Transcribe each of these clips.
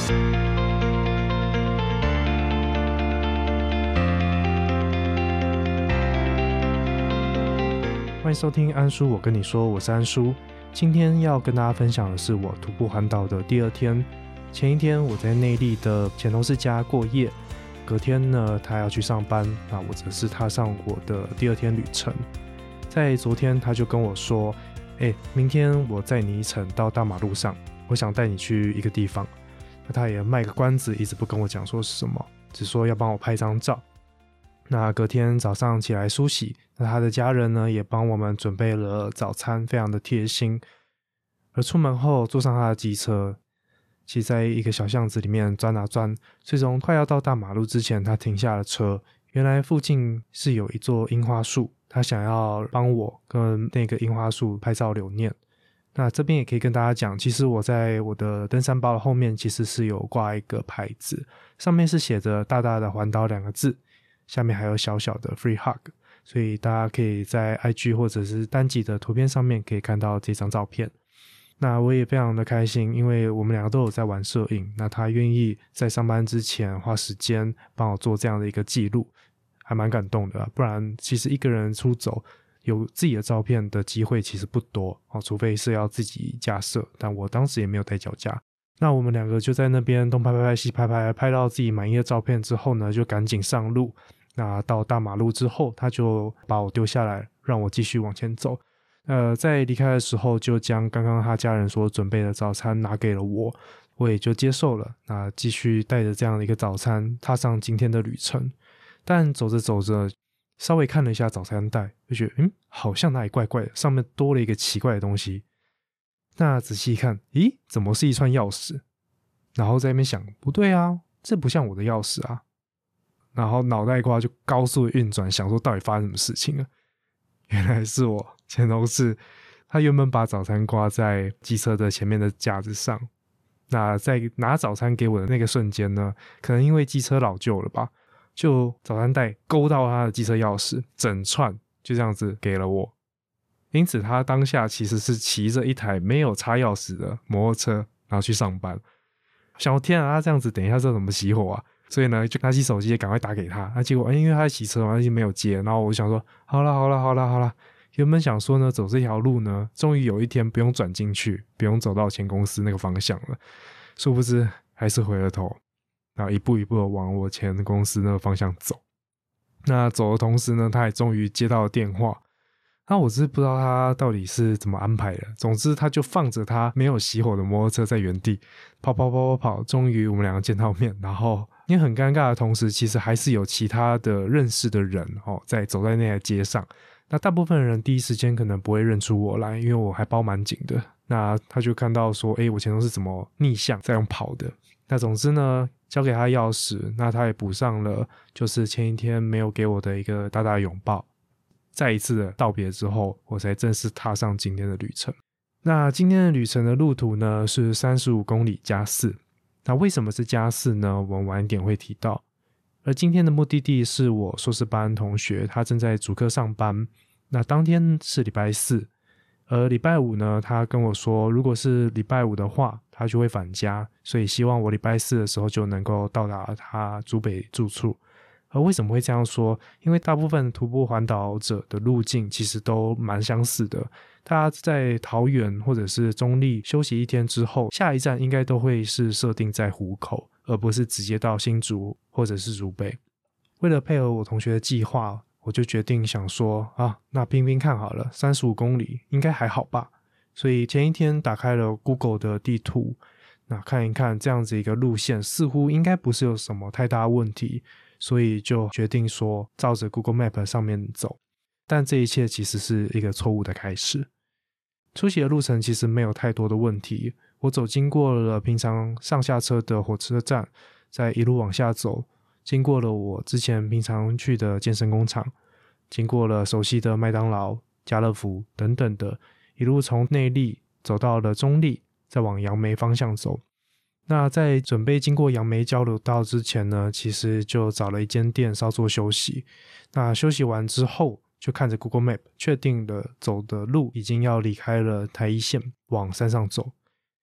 欢迎收听安叔，我跟你说，我是安叔。今天要跟大家分享的是我徒步环岛的第二天。前一天我在内坜的前同事家过夜，隔天呢他要去上班，那我则是踏上我的第二天旅程。在昨天他就跟我说，明天我载你一程到大马路上，我想带你去一个地方。那他也卖个关子，一直不跟我讲说是什么，只说要帮我拍张照。那隔天早上起来梳洗，那他的家人呢也帮我们准备了早餐，非常的贴心。而出门后坐上他的机车，其实在一个小巷子里面钻啊钻，最终快要到大马路之前，他停下了车。原来附近是有一座樱花树，他想要帮我跟那个樱花树拍照留念。那这边也可以跟大家讲，其实我在我的登山包的后面其实是有挂一个牌子，上面是写着大大的环岛2个字，下面还有小小的 free hug， 所以大家可以在 IG 或者是单集的图片上面可以看到这张照片。那我也非常的开心，因为我们2个都有在玩摄影，那他愿意在上班之前花时间帮我做这样的一个记录，还蛮感动的不然其实一个人出走有自己的照片的机会其实不多除非是要自己架设，但我当时也没有带脚架。那我们2个就在那边东拍拍拍西拍拍，拍到自己满意的照片之后呢，就赶紧上路。那到大马路之后，他就把我丢下来，让我继续往前走。在离开的时候，就将刚刚他家人所准备的早餐拿给了我，我也就接受了。那继续带着这样的一个早餐，踏上今天的旅程。但走着走着，稍微看了一下早餐袋，就觉得好像哪里怪怪的，上面多了一个奇怪的东西。那仔细一看，怎么是一串钥匙？然后在那边想，不对啊，这不像我的钥匙啊。然后脑袋瓜就高速运转，想说到底发生什么事情了。原来是我前同事，他原本把早餐挂在机车的前面的架子上。那在拿早餐给我的那个瞬间呢，可能因为机车老旧了吧，就早餐袋勾到他的机车钥匙，整串就这样子给了我。因此他当下其实是骑着一台没有插钥匙的摩托车，然后去上班。想说天啊，他这样子等一下这怎么熄火啊？所以呢就拿起手机赶快打给他。那结果因为他在骑车嘛，他就没有接。然后我就想说好啦，原本想说呢走这条路呢，终于有一天不用转进去，不用走到前公司那个方向了。殊不知还是回了头，然后一步一步的往我前公司那个方向走。那走的同时呢，他也终于接到了电话。那我是不知道他到底是怎么安排的，总之他就放着他没有熄火的摩托车在原地跑，终于我们2个见到面。然后因为很尴尬的同时，其实还是有其他的认识的人在走在那条街上。那大部分人第一时间可能不会认出我来，因为我还包蛮紧的。那他就看到说我前头是怎么逆向这样跑的。那总之呢，交给他钥匙，那他也补上了就是前一天没有给我的一个大大的拥抱。再一次的道别之后，我才正式踏上今天的旅程。那今天的旅程的路途呢是35公里加4。那为什么是加4呢？我们晚一点会提到。而今天的目的地是我硕士班同学，他正在主科上班。那当天是礼拜4，而礼拜5呢，他跟我说如果是礼拜5的话他就会返家，所以希望我礼拜4的时候就能够到达他竹北住处。而为什么会这样说？因为大部分徒步环岛者的路径其实都蛮相似的，大家在桃园或者是中坜休息1天之后，下一站应该都会是设定在湖口，而不是直接到新竹或者是竹北。为了配合我同学的计划，我就决定想说那拼拼看好了，35公里应该还好吧。所以前一天打开了 Google 的地图，那看一看这样子一个路线似乎应该不是有什么太大问题，所以就决定说照着 Google Map 上面走。但这一切其实是一个错误的开始。初期的路程其实没有太多的问题，我走经过了平常上下车的火车站，再一路往下走，经过了我之前平常去的健身工厂，经过了熟悉的麦当劳、家乐福等等的，一路从内坜走到了中坜，再往杨梅方向走。那在准备经过杨梅交流道之前呢，其实就找了一间店稍作休息。那休息完之后，就看着 Google Map 确定了走的路已经要离开了台一线往山上走。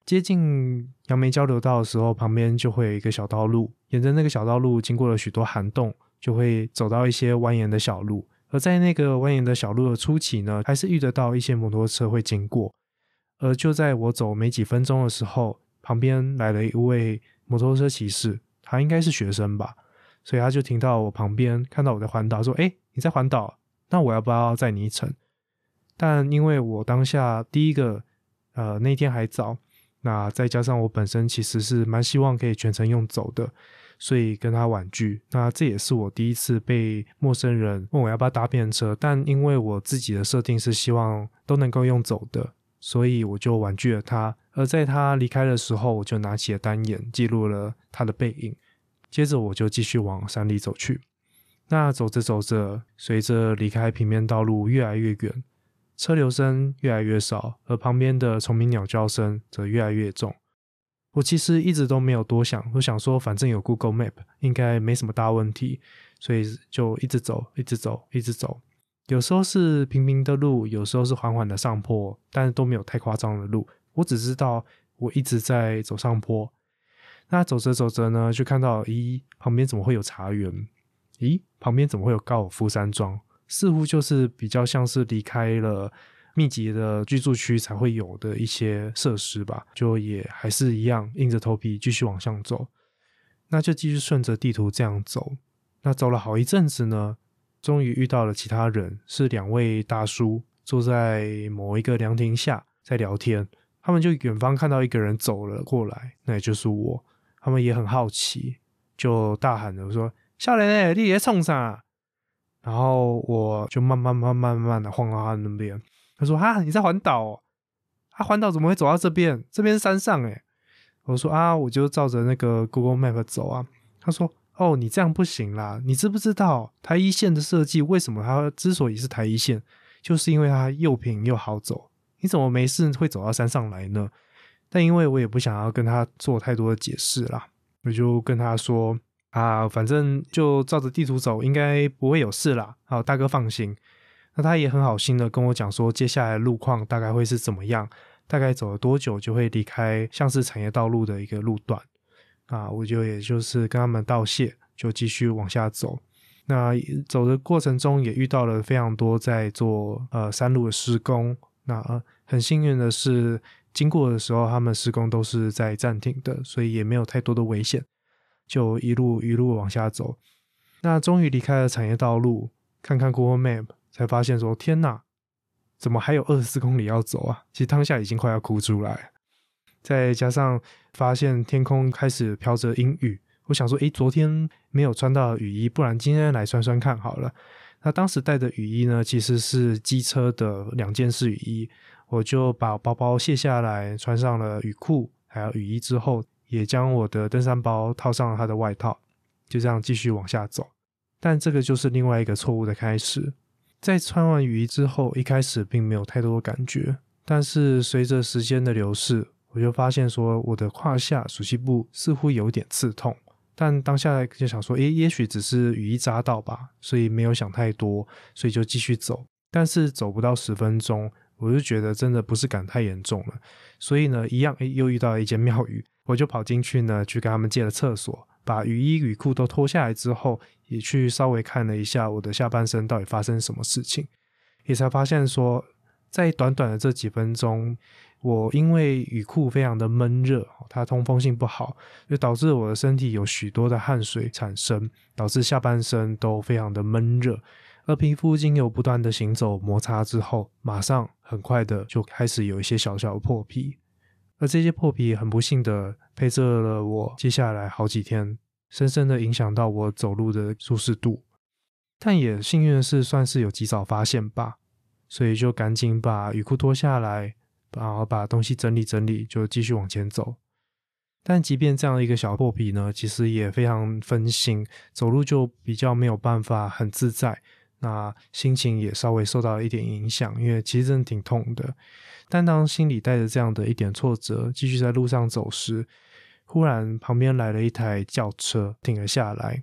接近杨梅交流道的时候，旁边就会有一个小道路，沿着那个小道路经过了许多涵洞，就会走到一些蜿蜒的小路。而在那个蜿蜒的小路的初期呢，还是遇得到一些摩托车会经过。而就在我走没几分钟的时候，旁边来了一位摩托车骑士，他应该是学生吧，所以他就停到我旁边，看到我在环岛，说你在环岛，那我要不要载你一程？但因为我当下第一个那天还早，那再加上我本身其实是蛮希望可以全程用走的，所以跟他婉拒。那这也是我第一次被陌生人问我要不要搭便车，但因为我自己的设定是希望都能够用走的，所以我就婉拒了他。而在他离开的时候，我就拿起了单眼记录了他的背影，接着我就继续往山里走去。那走着走着，随着离开平面道路越来越远，车流声越来越少，而旁边的虫鸣鸟叫声则越来越重。我其实一直都没有多想，我想说反正有 Google Map 应该没什么大问题，所以就一直走一直走一直走。有时候是平平的路，有时候是缓缓的上坡，但都没有太夸张的路。我只知道我一直在走上坡。那走着走着呢，就看到旁边怎么会有茶园？旁边怎么会有高尔夫山庄？似乎就是比较像是离开了密集的居住区才会有的一些设施吧，就也还是一样硬着头皮继续往上走。那就继续顺着地图这样走。那走了好一阵子呢，终于遇到了其他人，是2位大叔坐在某一个凉亭下在聊天。他们就远方看到一个人走了过来，那也就是我。他们也很好奇，就大喊着说：少年你在冲啥？然后我就慢慢的晃到他那边。他说：你在环岛哦？环岛怎么会走到这边？这边是山上耶。我说：我就照着那个 Google Map 走啊。他说：你这样不行啦，你知不知道台一线的设计为什么它之所以是台一线，就是因为它又平又好走，你怎么没事会走到山上来呢？但因为我也不想要跟他做太多的解释啦，我就跟他说反正就照着地图走，应该不会有事啦。好，大哥放心。那他也很好心的跟我讲说，接下来的路况大概会是怎么样，大概走了多久就会离开像是产业道路的一个路段。我就也就是跟他们道谢，就继续往下走。那走的过程中也遇到了非常多在做山路的施工。那很幸运的是，经过的时候他们施工都是在暂停的，所以也没有太多的危险，就一路往下走。那终于离开了产业道路，看看 Google Map 才发现说，天哪，怎么还有24公里要走啊？其实当下已经快要哭出来了。再加上发现天空开始飘着阴雨，我想说昨天没有穿到雨衣，不然今天来穿穿看好了。那当时带的雨衣呢，其实是机车的2件式雨衣，我就把包包卸下来，穿上了雨裤还有雨衣之后，也将我的登山包套上了它的外套，就这样继续往下走。但这个就是另外一个错误的开始。在穿完雨衣之后，一开始并没有太多的感觉，但是随着时间的流逝，我就发现说我的胯下属膝部似乎有点刺痛。但当下就想说也许只是雨衣扎到吧，所以没有想太多，所以就继续走。但是走不到10分钟，我就觉得真的不是感太严重了，所以呢一样又遇到了一间庙宇，我就跑进去呢去跟他们借了厕所，把雨衣雨裤都脱下来之后，也去稍微看了一下我的下半身到底发生什么事情，也才发现说在短短的这几分钟，我因为雨裤非常的闷热，它通风性不好，就导致我的身体有许多的汗水产生，导致下半身都非常的闷热。而皮肤经由不断的行走摩擦之后，马上很快的就开始有一些小小的破皮，而这些破皮很不幸的陪着了我接下来好几天，深深的影响到我走路的舒适度。但也幸运的是算是有及早发现吧，所以就赶紧把雨裤脱下来，然后把东西整理整理，就继续往前走。但即便这样的一个小破皮呢，其实也非常分心，走路就比较没有办法很自在，那心情也稍微受到一点影响，因为其实真的挺痛的。但当心里带着这样的一点挫折继续在路上走时，忽然旁边来了一台轿车停了下来。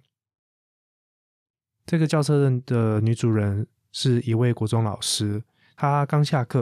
这个轿车的女主人是一位国中老师，她刚下课，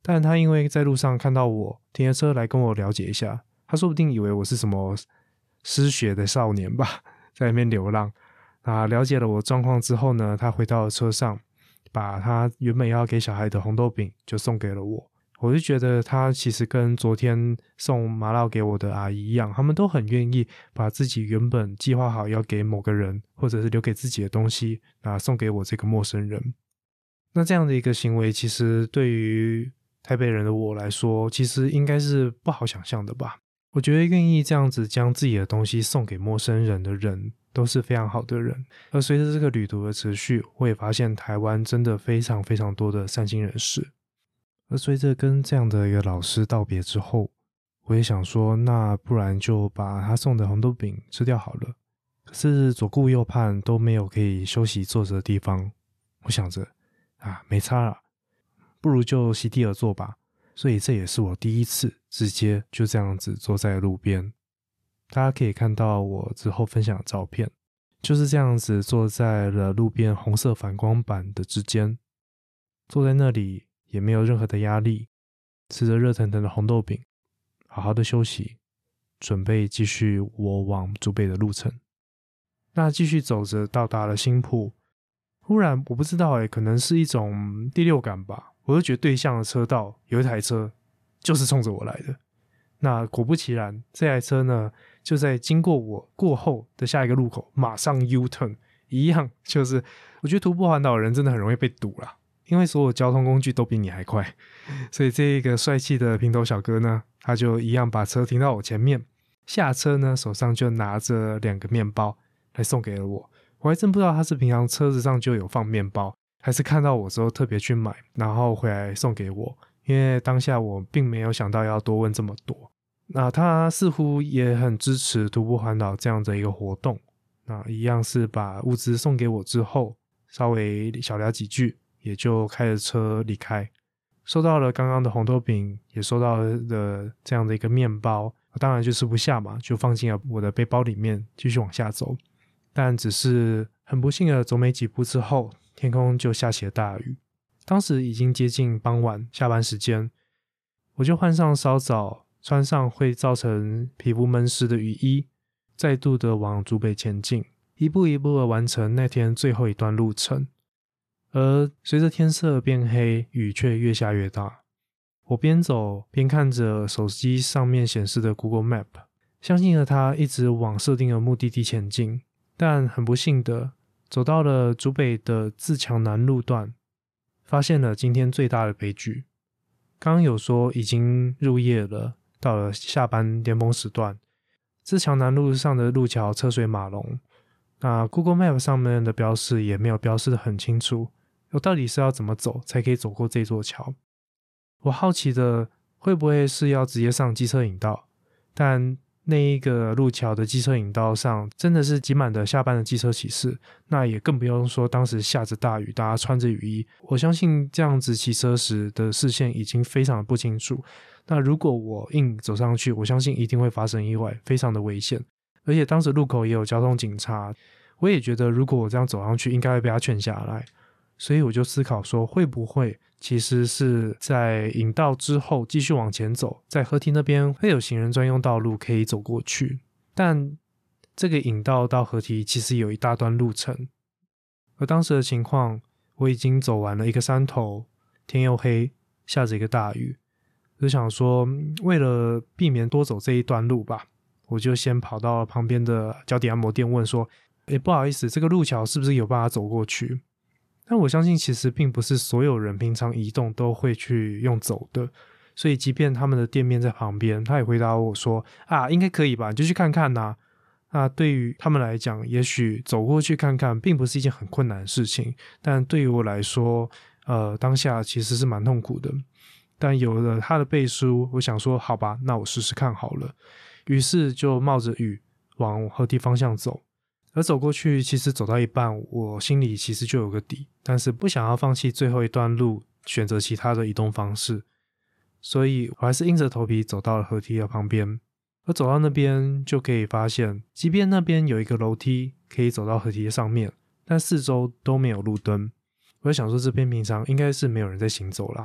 但他因为在路上看到我停了车来跟我了解一下，他说不定以为我是什么失学的少年吧，在那边流浪。那了解了我状况之后呢，他回到了车上，把他原本要给小孩的红豆饼就送给了我。我就觉得他其实跟昨天送麻辣给我的阿姨一样，他们都很愿意把自己原本计划好要给某个人或者是留给自己的东西送给我这个陌生人。那这样的一个行为其实对于台北人的我来说其实应该是不好想象的吧。我觉得愿意这样子将自己的东西送给陌生人的人都是非常好的人。而随着这个旅途的持续，我也发现台湾真的非常非常多的善心人士。而随着跟这样的一个老师道别之后，我也想说那不然就把他送的红豆饼吃掉好了。可是左顾右盼都没有可以休息坐着的地方，我想着没差啦，不如就席地而坐吧。所以这也是我第一次直接就这样子坐在路边。大家可以看到我之后分享的照片，就是这样子坐在了路边红色反光板的之间，坐在那里也没有任何的压力，吃着热腾腾的红豆饼，好好的休息，准备继续我往竹北的路程。那继续走着到达了新埔，忽然我不知道可能是一种第六感吧，我就觉得对向的车道有一台车就是冲着我来的。那果不其然，这台车呢就在经过我过后的下一个路口马上 U-turn， 一样就是我觉得徒步环岛的人真的很容易被堵啦，因为所有交通工具都比你还快。所以这个帅气的平头小哥呢，他就一样把车停到我前面，下车呢手上就拿着2个面包来送给了我。我还真不知道他是平常车子上就有放面包，还是看到我之后特别去买然后回来送给我，因为当下我并没有想到要多问这么多。那他似乎也很支持徒步环岛这样的一个活动，那一样是把物资送给我之后稍微小聊几句，也就开着车离开。收到了刚刚的红豆饼，也收到了这样的一个面包，当然就吃不下嘛，就放进了我的背包里面继续往下走。但只是很不幸的走没几步之后，天空就下起了大雨。当时已经接近傍晚下班时间，我就换上稍早穿上会造成皮肤闷湿的雨衣，再度的往竹北前进，一步一步的完成那天最后一段路程。而随着天色变黑，雨却越下越大。我边走边看着手机上面显示的 Google Map， 相信了它一直往设定的目的地前进。但很不幸的，走到了竹北的自强南路段，发现了今天最大的悲剧。刚刚有说已经入夜了，到了下班巅峰时段，自强南路上的路桥车水马龙，那 Google Map 上面的标示也没有标示得很清楚，我到底是要怎么走才可以走过这座桥。我好奇的会不会是要直接上机车引道，但那一个路桥的机车引道上真的是挤满的下班的机车骑士，那也更不用说当时下着大雨，大家穿着雨衣，我相信这样子骑车时的视线已经非常的不清楚。那如果我硬走上去，我相信一定会发生意外，非常的危险。而且当时路口也有交通警察，我也觉得如果我这样走上去应该会被他劝下来，所以我就思考说会不会其实是在引道之后继续往前走，在河堤那边会有行人专用道路可以走过去。但这个引道到河堤其实有一大段路程，而当时的情况我已经走完了一个山头，天又黑，下着一个大雨，就想说为了避免多走这一段路吧，我就先跑到旁边的脚底按摩店问说不好意思，这个路桥是不是有办法走过去？但我相信其实并不是所有人平常移动都会去用走的，所以即便他们的店面在旁边，他也回答我说应该可以吧，你就去看看啊。那对于他们来讲，也许走过去看看并不是一件很困难的事情，但对于我来说当下其实是蛮痛苦的。但有了他的背书，我想说好吧，那我试试看好了。于是就冒着雨往河堤方向走。而走过去其实走到一半，我心里其实就有个底，但是不想要放弃最后一段路，选择其他的移动方式，所以我还是硬着头皮走到了河堤的旁边。而走到那边就可以发现，即便那边有一个楼梯可以走到河堤上面，但四周都没有路灯。我在想说这边平常应该是没有人在行走啦，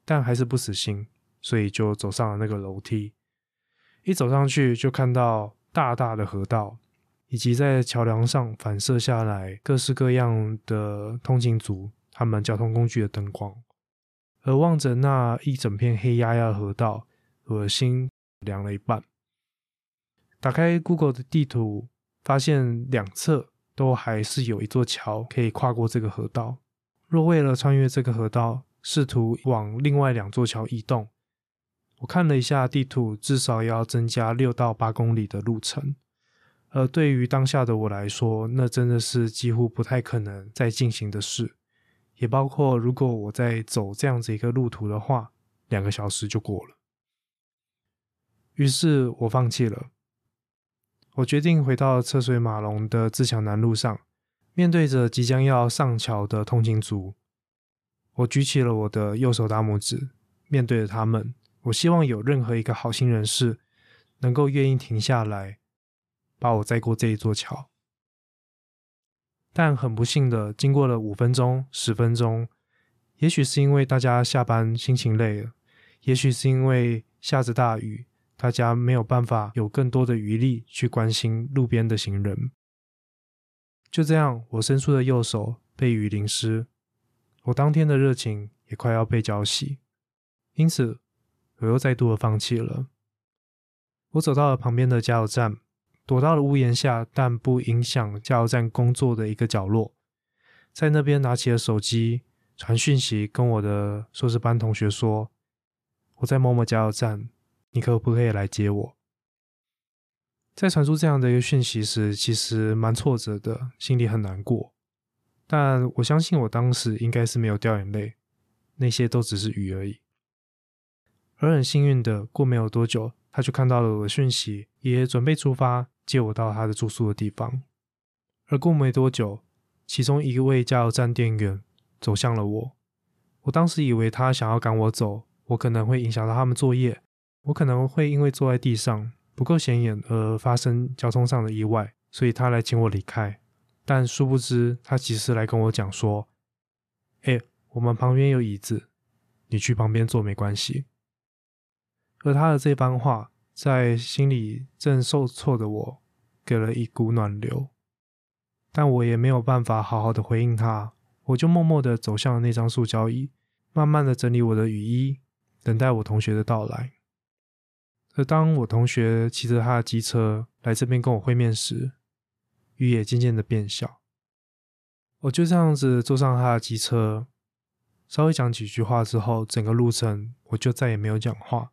但还是不死心，所以就走上了那个楼梯。一走上去就看到大大的河道，以及在桥梁上反射下来各式各样的通勤族他们交通工具的灯光。而望着那一整片黑压压的河道，我的心凉了一半。打开 Google 的地图，发现两侧都还是有一座桥可以跨过这个河道。若为了穿越这个河道，试图往另外2座桥移动，我看了一下地图，至少要增加6到8公里的路程。而对于当下的我来说，那真的是几乎不太可能再进行的事。也包括如果我在走这样子一个路途的话，2个小时就过了。于是我放弃了。我决定回到车水马龙的自强南路上，面对着即将要上桥的通勤族，我举起了我的右手大拇指，面对着他们，我希望有任何一个好心人士能够愿意停下来，把我载过这一座桥。但很不幸的，经过了5分钟、10分钟，也许是因为大家下班心情累了，也许是因为下着大雨，大家没有办法有更多的余力去关心路边的行人。就这样，我伸出的右手被雨淋湿，我当天的热情也快要被浇熄，因此我又再度的放弃了。我走到了旁边的加油站，躲到了屋檐下但不影响加油站工作的一个角落，在那边拿起了手机，传讯息跟我的硕士班同学说，我在某某加油站，你可不可以来接我？在传出这样的一个讯息时，其实蛮挫折的，心里很难过，但我相信我当时应该是没有掉眼泪，那些都只是雨而已。而很幸运的，过没有多久，他就看到了我的讯息，也准备出发接我到他的住宿的地方。而过没多久，其中一位加油站店员走向了我。我当时以为他想要赶我走，我可能会影响到他们作业，我可能会因为坐在地上不够显眼而发生交通上的意外，所以他来请我离开。但殊不知他其实来跟我讲说，我们旁边有椅子，你去旁边坐没关系。而他的这番话，在心里正受挫的我给了一股暖流，但我也没有办法好好的回应他，我就默默的走向了那张塑胶椅，慢慢的整理我的雨衣，等待我同学的到来。而当我同学骑着他的机车来这边跟我会面时，雨也渐渐的变小。我就这样子坐上他的机车，稍微讲几句话之后，整个路程我就再也没有讲话。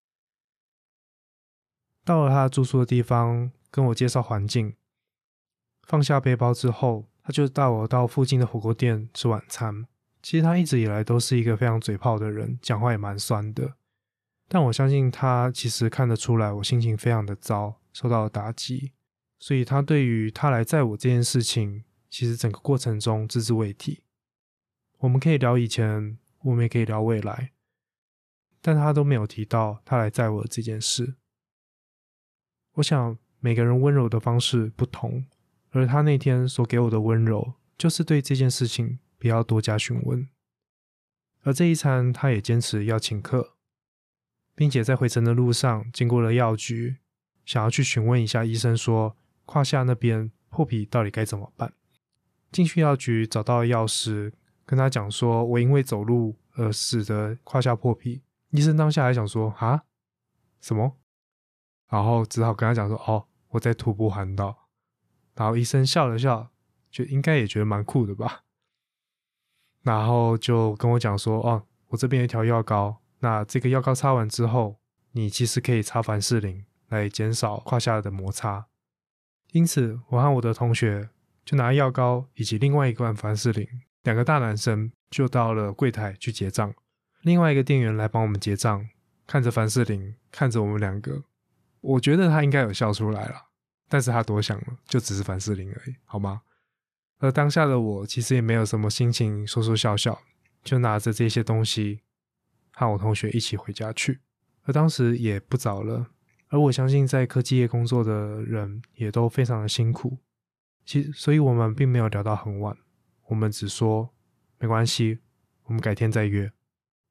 到了他住宿的地方，跟我介绍环境，放下背包之后，他就带我到附近的火锅店吃晚餐。其实他一直以来都是一个非常嘴炮的人，讲话也蛮酸的，但我相信他其实看得出来我心情非常的糟，受到了打击，所以他对于他来载我这件事情，其实整个过程中只字未提。我们可以聊以前，我们也可以聊未来，但他都没有提到他来载我的这件事。我想每个人温柔的方式不同，而他那天所给我的温柔，就是对这件事情不要多加询问。而这一餐他也坚持要请客，并且在回程的路上经过了药局，想要去询问一下医生说胯下那边破皮到底该怎么办。进去药局找到药师，跟他讲说我因为走路而使得胯下破皮。医生当下还想说啊什么，然后只好跟他讲说我在徒步环岛。然后医生笑了笑，就应该也觉得蛮酷的吧，然后就跟我讲说我这边有一条药膏，那这个药膏擦完之后，你其实可以擦凡士林来减少胯下的摩擦。因此我和我的同学就拿药膏以及另外一罐凡士林，2个大男生就到了柜台去结账。另外一个店员来帮我们结账，看着凡士林，看着我们2个，我觉得他应该有笑出来了，但是他多想了，就只是凡士林而已，好吗？而当下的我其实也没有什么心情说说笑笑，就拿着这些东西和我同学一起回家去。而当时也不早了，而我相信在科技业工作的人也都非常的辛苦，所以我们并没有聊到很晚，我们只说没关系，我们改天再约。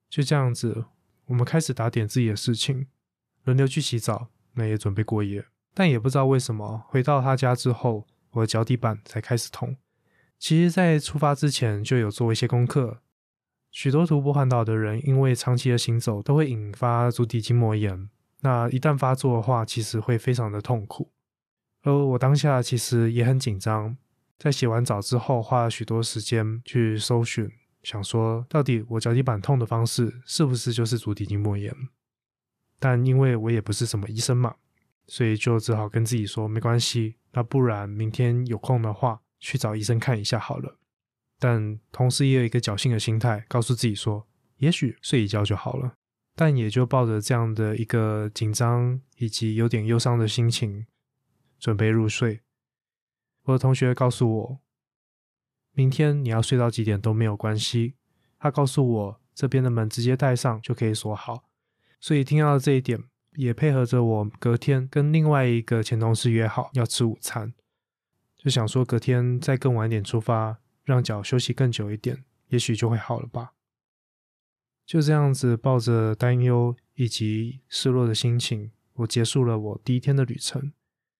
就这样子，我们开始打点自己的事情，轮流去洗澡，那也准备过夜。但也不知道为什么，回到他家之后，我的脚底板才开始痛。其实在出发之前就有做一些功课，许多徒步环岛的人因为长期的行走都会引发足底筋膜炎，那一旦发作的话，其实会非常的痛苦。而我当下其实也很紧张，在洗完澡之后花了许多时间去搜寻，想说到底我脚底板痛的方式是不是就是足底筋膜炎。但因为我也不是什么医生嘛，所以就只好跟自己说没关系，那不然明天有空的话去找医生看一下好了。但同时也有一个侥幸的心态，告诉自己说也许睡一觉就好了。但也就抱着这样的一个紧张以及有点忧伤的心情准备入睡。我的同学告诉我，明天你要睡到几点都没有关系，他告诉我这边的门直接带上就可以锁好。所以听到这一点，也配合着我隔天跟另外一个前同事约好要吃午餐，就想说隔天再更晚一点出发，让脚休息更久一点，也许就会好了吧。就这样子抱着担忧以及失落的心情，我结束了我第一天的旅程。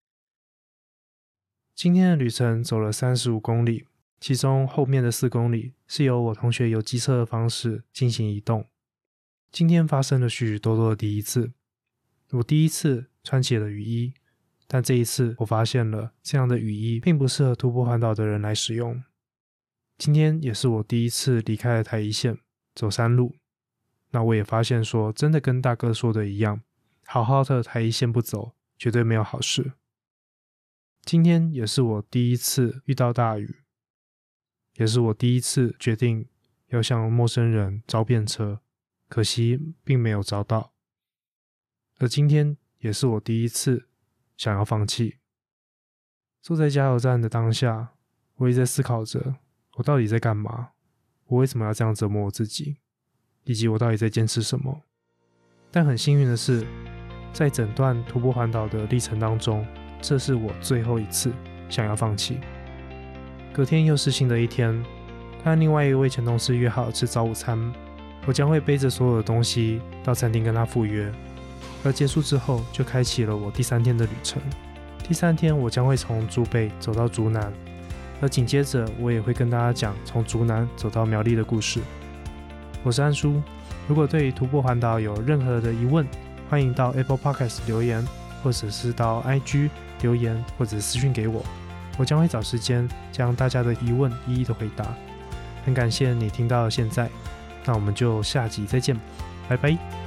今天的旅程走了35公里，其中后面的4公里是由我同学有机车的方式进行移动。今天发生了许许多多的第一次，我第一次穿起了雨衣，但这一次我发现了这样的雨衣并不适合徒步环岛的人来使用。今天也是我第一次离开了台一线走山路，那我也发现说真的跟大哥说的一样，好好的台一线不走绝对没有好事。今天也是我第一次遇到大雨，也是我第一次决定要向陌生人招便车，可惜并没有招到。而今天也是我第一次想要放弃。坐在加油站的当下，我也在思考着我到底在干嘛，我为什么要这样折磨我自己，以及我到底在坚持什么。但很幸运的是，在整段徒步环岛的历程当中，这是我最后一次想要放弃。隔天又是新的一天，和另外一位前同事约好吃早午餐，我将会背着所有的东西到餐厅跟他赴约。而结束之后，就开启了我第3天的旅程。第3天我将会从竹北走到竹南，而紧接着我也会跟大家讲从竹南走到苗栗的故事。我是安叔，如果对于徒步环岛有任何的疑问，欢迎到 Apple Podcast 留言，或者是到 IG 留言或者私讯给我，我将会找时间将大家的疑问一一的回答。很感谢你听到现在，那我们就下集再见，拜拜。